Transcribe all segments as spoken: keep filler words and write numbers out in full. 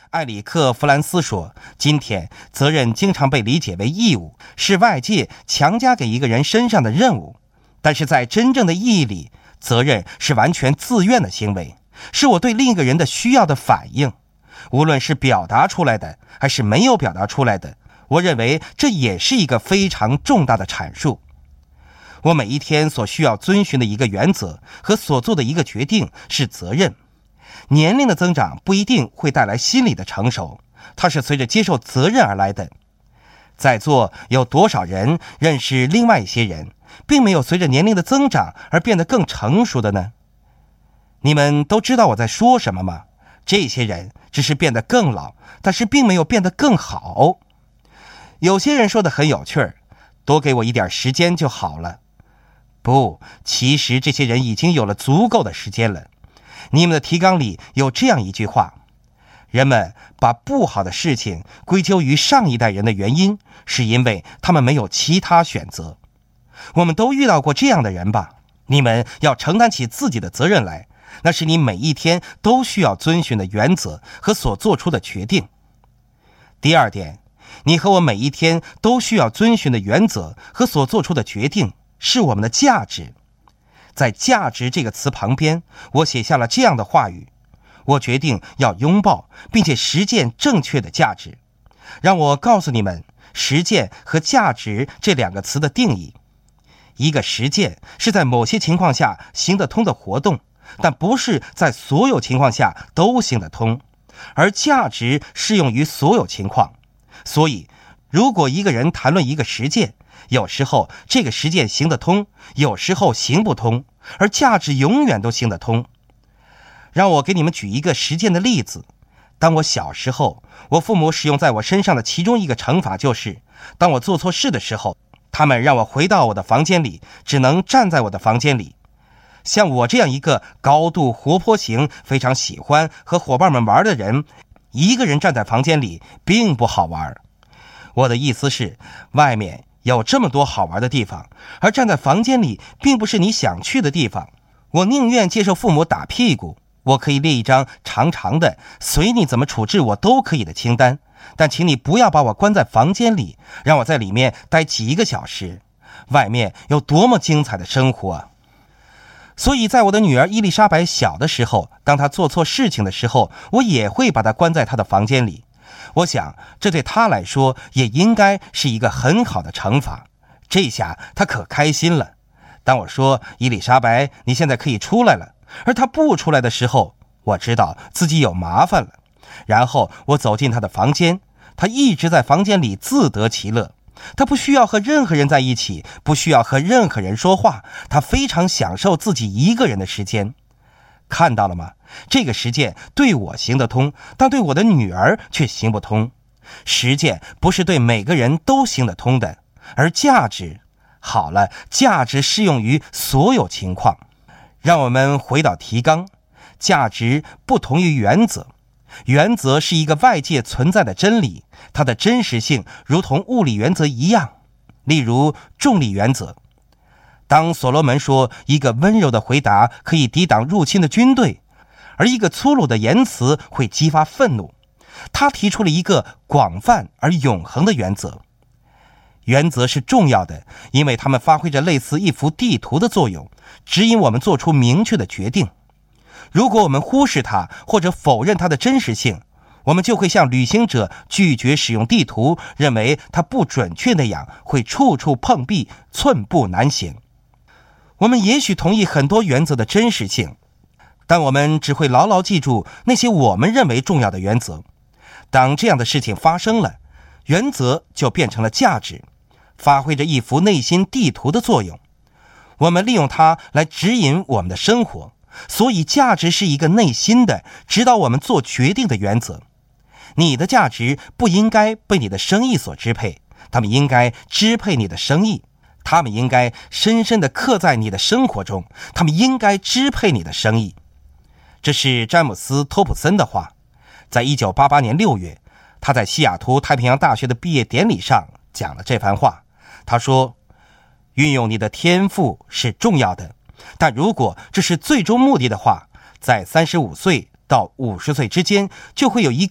埃里克·弗兰斯说，今天责任经常被理解为义务，是外界强加给一个人身上的任务。但是在真正的意义里，责任是完全自愿的行为，是我对另一个人的需要的反应。无论是表达出来的还是没有表达出来的，我认为这也是一个非常重大的阐述。我每一天所需要遵循的一个原则和所做的一个决定是责任。年龄的增长不一定会带来心理的成熟，它是随着接受责任而来的。在座有多少人认识另外一些人，并没有随着年龄的增长而变得更成熟的呢？你们都知道我在说什么吗？这些人只是变得更老，但是并没有变得更好。有些人说得很有趣儿，多给我一点时间就好了。不，其实这些人已经有了足够的时间了。你们的提纲里有这样一句话：人们把不好的事情归咎于上一代人的原因，是因为他们没有其他选择。我们都遇到过这样的人吧？你们要承担起自己的责任来，那是你每一天都需要遵循的原则和所做出的决定。第二点，你和我每一天都需要遵循的原则和所做出的决定是我们的价值。在价值这个词旁边，我写下了这样的话语：我决定要拥抱并且实践正确的价值。让我告诉你们实践和价值这两个词的定义。一个实践是在某些情况下行得通的活动，但不是在所有情况下都行得通，而价值适用于所有情况。所以如果一个人谈论一个实践，有时候这个实践行得通，有时候行不通，而价值永远都行得通。让我给你们举一个实践的例子。当我小时候，我父母使用在我身上的其中一个惩罚就是，当我做错事的时候，他们让我回到我的房间里，只能站在我的房间里。像我这样一个高度活泼型，非常喜欢和伙伴们玩的人，一个人站在房间里并不好玩。我的意思是，外面有这么多好玩的地方，而站在房间里并不是你想去的地方。我宁愿接受父母打屁股，我可以列一张长长的随你怎么处置我都可以的清单，但请你不要把我关在房间里，让我在里面待几个小时。外面有多么精彩的生活啊！所以在我的女儿伊丽莎白小的时候，当她做错事情的时候，我也会把她关在她的房间里。我想这对她来说也应该是一个很好的惩罚。这下她可开心了。当我说伊丽莎白你现在可以出来了，而她不出来的时候，我知道自己有麻烦了。然后我走进她的房间，她一直在房间里自得其乐。他不需要和任何人在一起，不需要和任何人说话，他非常享受自己一个人的时间。看到了吗？这个实践对我行得通，但对我的女儿却行不通。实践不是对每个人都行得通的，而价值，好了，价值适用于所有情况。让我们回到提纲，价值不同于原则。原则是一个外界存在的真理，它的真实性如同物理原则一样。例如重力原则。当所罗门说一个温柔的回答可以抵挡入侵的军队，而一个粗鲁的言辞会激发愤怒，他提出了一个广泛而永恒的原则。原则是重要的，因为它们发挥着类似一幅地图的作用，指引我们做出明确的决定。如果我们忽视它或者否认它的真实性，我们就会像旅行者拒绝使用地图，认为它不准确那样，会处处碰壁，寸步难行。我们也许同意很多原则的真实性，但我们只会牢牢记住那些我们认为重要的原则。当这样的事情发生了，原则就变成了价值，发挥着一幅内心地图的作用。我们利用它来指引我们的生活。所以价值是一个内心的指导我们做决定的原则。你的价值不应该被你的生意所支配，他们应该支配你的生意，他们应该深深地刻在你的生活中，他们应该支配你的生意。这是詹姆斯·托普森的话。在一九八八年六月，他在西雅图太平洋大学的毕业典礼上讲了这番话。他说，运用你的天赋是重要的，但如果这是最终目的的话，在三十五岁到五十岁之间就会有一个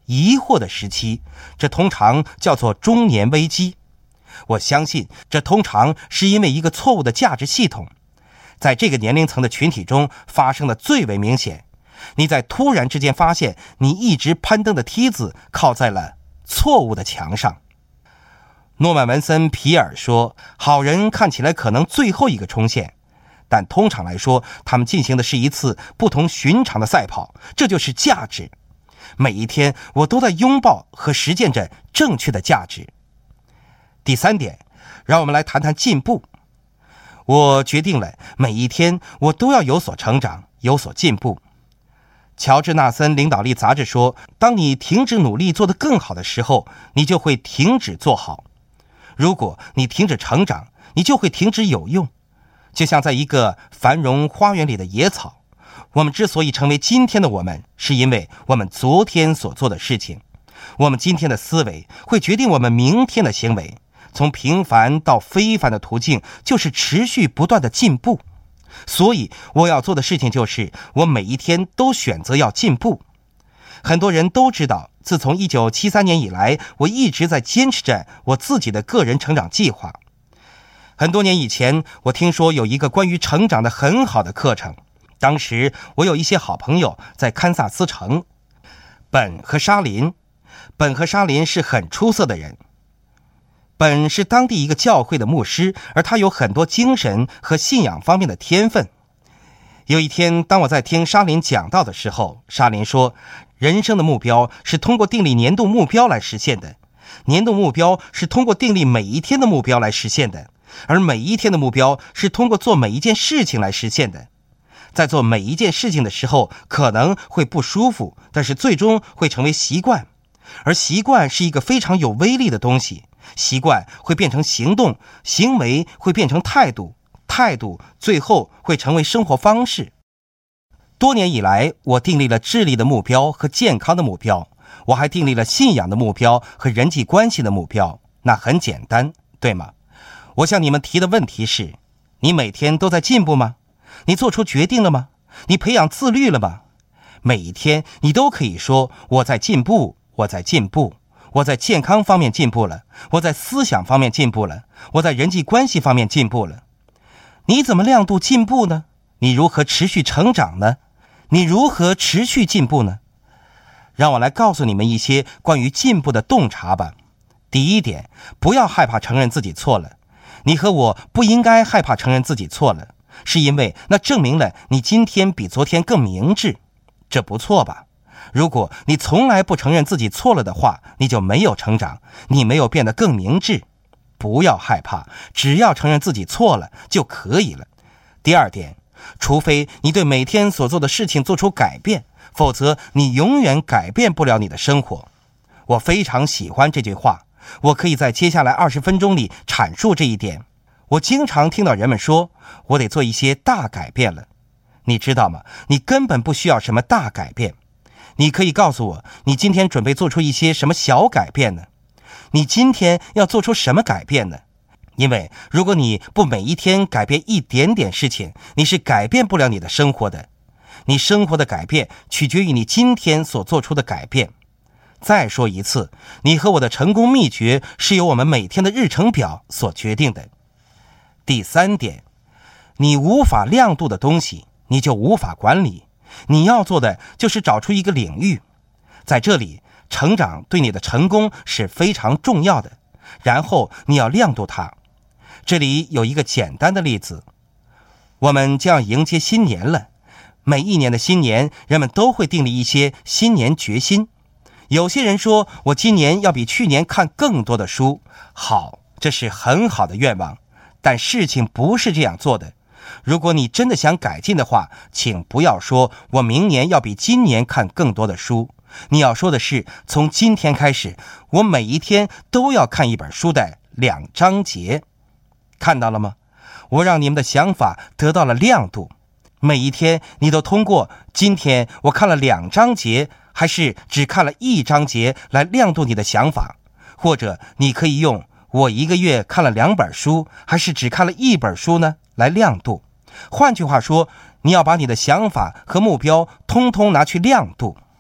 疑惑的时期，这通常叫做中年危机。我相信这通常是因为一个错误的价值系统，在这个年龄层的群体中发生的最为明显。你在突然之间发现你一直攀登的梯子靠在了错误的墙上。诺曼·文森·皮尔说，好人看起来可能最后一个冲线，但通常来说，他们进行的是一次不同寻常的赛跑，这就是价值。每一天我都在拥抱和实践着正确的价值。第三点，让我们来谈谈进步。我决定了，每一天我都要有所成长，有所进步。乔治·纳森领导力杂志说，当你停止努力做得更好的时候，你就会停止做好。如果你停止成长，你就会停止有用。就像在一个繁荣花园里的野草，我们之所以成为今天的我们，是因为我们昨天所做的事情。我们今天的思维会决定我们明天的行为。从平凡到非凡的途径就是持续不断的进步。所以我要做的事情就是，我每一天都选择要进步。很多人都知道，自从一九七三年以来，我一直在坚持着我自己的个人成长计划。很多年以前，我听说有一个关于成长的很好的课程。当时我有一些好朋友在堪萨斯城，本和沙林。本和沙林是很出色的人。本是当地一个教会的牧师，而他有很多精神和信仰方面的天分。有一天，当我在听沙林讲道的时候，沙林说，人生的目标是通过订立年度目标来实现的，年度目标是通过订立每一天的目标来实现的，而每一天的目标是通过做每一件事情来实现的。在做每一件事情的时候，可能会不舒服，但是最终会成为习惯。而习惯是一个非常有威力的东西，习惯会变成行动，行为会变成态度，态度最后会成为生活方式。多年以来，我订立了智力的目标和健康的目标，我还订立了信仰的目标和人际关系的目标。那很简单，对吗？我向你们提的问题是，你每天都在进步吗？你做出决定了吗？你培养自律了吗？每一天你都可以说，我在进步，我在进步，我在健康方面进步了，我在思想方面进步了，我在人际关系方面进步了。你怎么量度进步呢？你如何持续成长呢？你如何持续进步呢？让我来告诉你们一些关于进步的洞察吧。第一点，不要害怕承认自己错了。你和我不应该害怕承认自己错了，是因为那证明了你今天比昨天更明智。这不错吧？如果你从来不承认自己错了的话，你就没有成长，你没有变得更明智。不要害怕，只要承认自己错了就可以了。第二点，除非你对每天所做的事情做出改变，否则你永远改变不了你的生活。我非常喜欢这句话，我可以在接下来二十分钟里阐述这一点。我经常听到人们说，我得做一些大改变了。你知道吗？你根本不需要什么大改变。你可以告诉我，你今天准备做出一些什么小改变呢？你今天要做出什么改变呢？因为如果你不每一天改变一点点事情，你是改变不了你的生活的。你生活的改变取决于你今天所做出的改变。再说一次，你和我的成功秘诀是由我们每天的日程表所决定的。第三点，你无法量度的东西，你就无法管理。你要做的就是找出一个领域，在这里，成长对你的成功是非常重要的，然后你要量度它。这里有一个简单的例子，我们将要迎接新年了。每一年的新年，人们都会订立一些新年决心。有些人说，我今年要比去年看更多的书。好，这是很好的愿望，但事情不是这样做的。如果你真的想改进的话，请不要说我明年要比今年看更多的书。你要说的是，从今天开始，我每一天都要看一本书的两章节。看到了吗？我让你们的想法得到了亮度。每一天你都通过今天我看了两章节，还是只看了一章节来亮度你的想法。或者你可以用我一个月看了两本书，还是只看了一本书呢来亮度。换句话说，你要把你的想法和目标通通拿去亮度。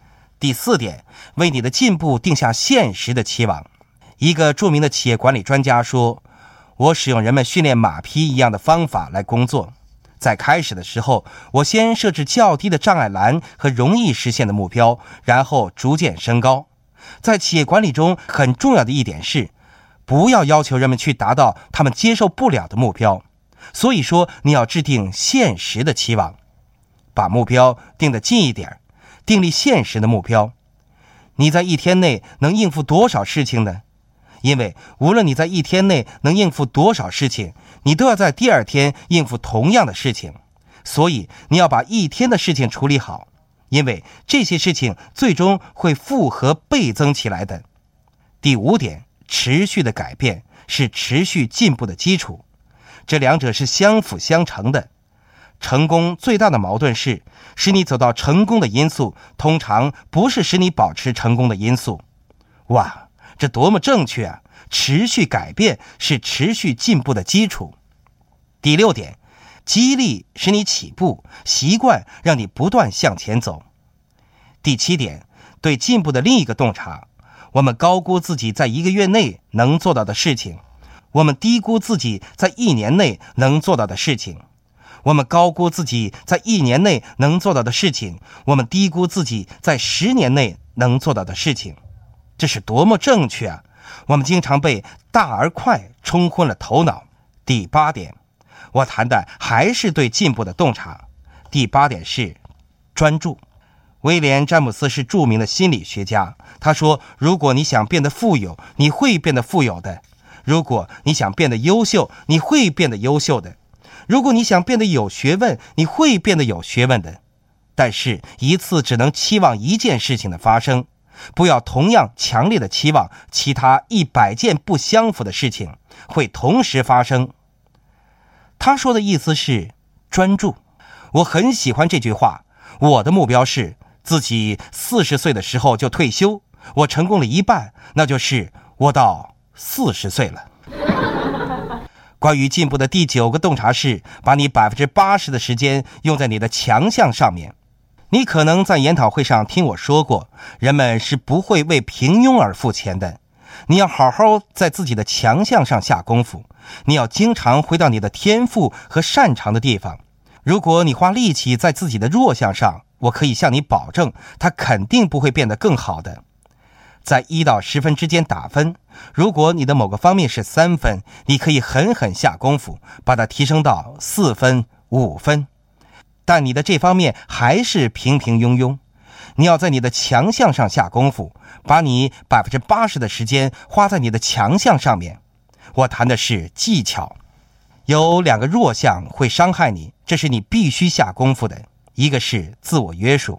第四点，为你的进步定下现实的期望。一个著名的企业管理专家说，我使用人们训练马匹一样的方法来工作。在开始的时候，我先设置较低的障碍栏和容易实现的目标，然后逐渐升高。在企业管理中，很重要的一点是，不要要求人们去达到他们接受不了的目标。所以说，你要制定现实的期望，把目标定得近一点，订立现实的目标。你在一天内能应付多少事情呢？因为无论你在一天内能应付多少事情，你都要在第二天应付同样的事情。所以你要把一天的事情处理好，因为这些事情最终会复合倍增起来的。第五点，持续的改变是持续进步的基础，这两者是相辅相成的。成功最大的矛盾是，使你走到成功的因素通常不是使你保持成功的因素。哇，这多么正确啊！持续改变是持续进步的基础。第六点，激励使你起步，习惯让你不断向前走。第七点，对进步的另一个洞察，我们高估自己在一个月内能做到的事情，我们低估自己在一年内能做到的事情。我们高估自己在一年内能做到的事情，我们低估自己在十年内能做到的事情。这是多么正确啊！我们经常被大而快冲昏了头脑。第八点，我谈的还是对进步的洞察。第八点是专注。威廉·詹姆斯是著名的心理学家，他说，如果你想变得富有，你会变得富有的；如果你想变得优秀，你会变得优秀的；如果你想变得有学问，你会变得有学问的。但是一次只能期望一件事情的发生，不要同样强烈的期望其他一百件不相符的事情会同时发生。他说的意思是专注。我很喜欢这句话。我的目标是自己四十岁的时候就退休，我成功了一半，那就是我到四十岁了。关于进步的第九个洞察是，把你百分之八十的时间用在你的强项上面。你可能在研讨会上听我说过，人们是不会为平庸而付钱的。你要好好在自己的强项上下功夫，你要经常回到你的天赋和擅长的地方。如果你花力气在自己的弱项上，我可以向你保证，它肯定不会变得更好的。在一到十分之间打分，如果你的某个方面是三分，你可以狠狠下功夫，把它提升到四分、五分。但你的这方面还是平平庸庸，你要在你的强项上下功夫，把你百分之八十的时间花在你的强项上面。我谈的是技巧。有两个弱项会伤害你，这是你必须下功夫的。一个是自我约束。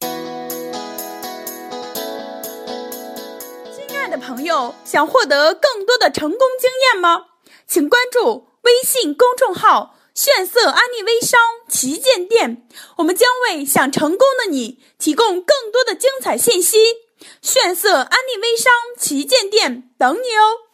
亲爱的朋友，想获得更多的成功经验吗？请关注微信公众号炫色安利微商旗舰店，我们将为想成功的你提供更多的精彩信息。炫色安利微商旗舰店等你哦。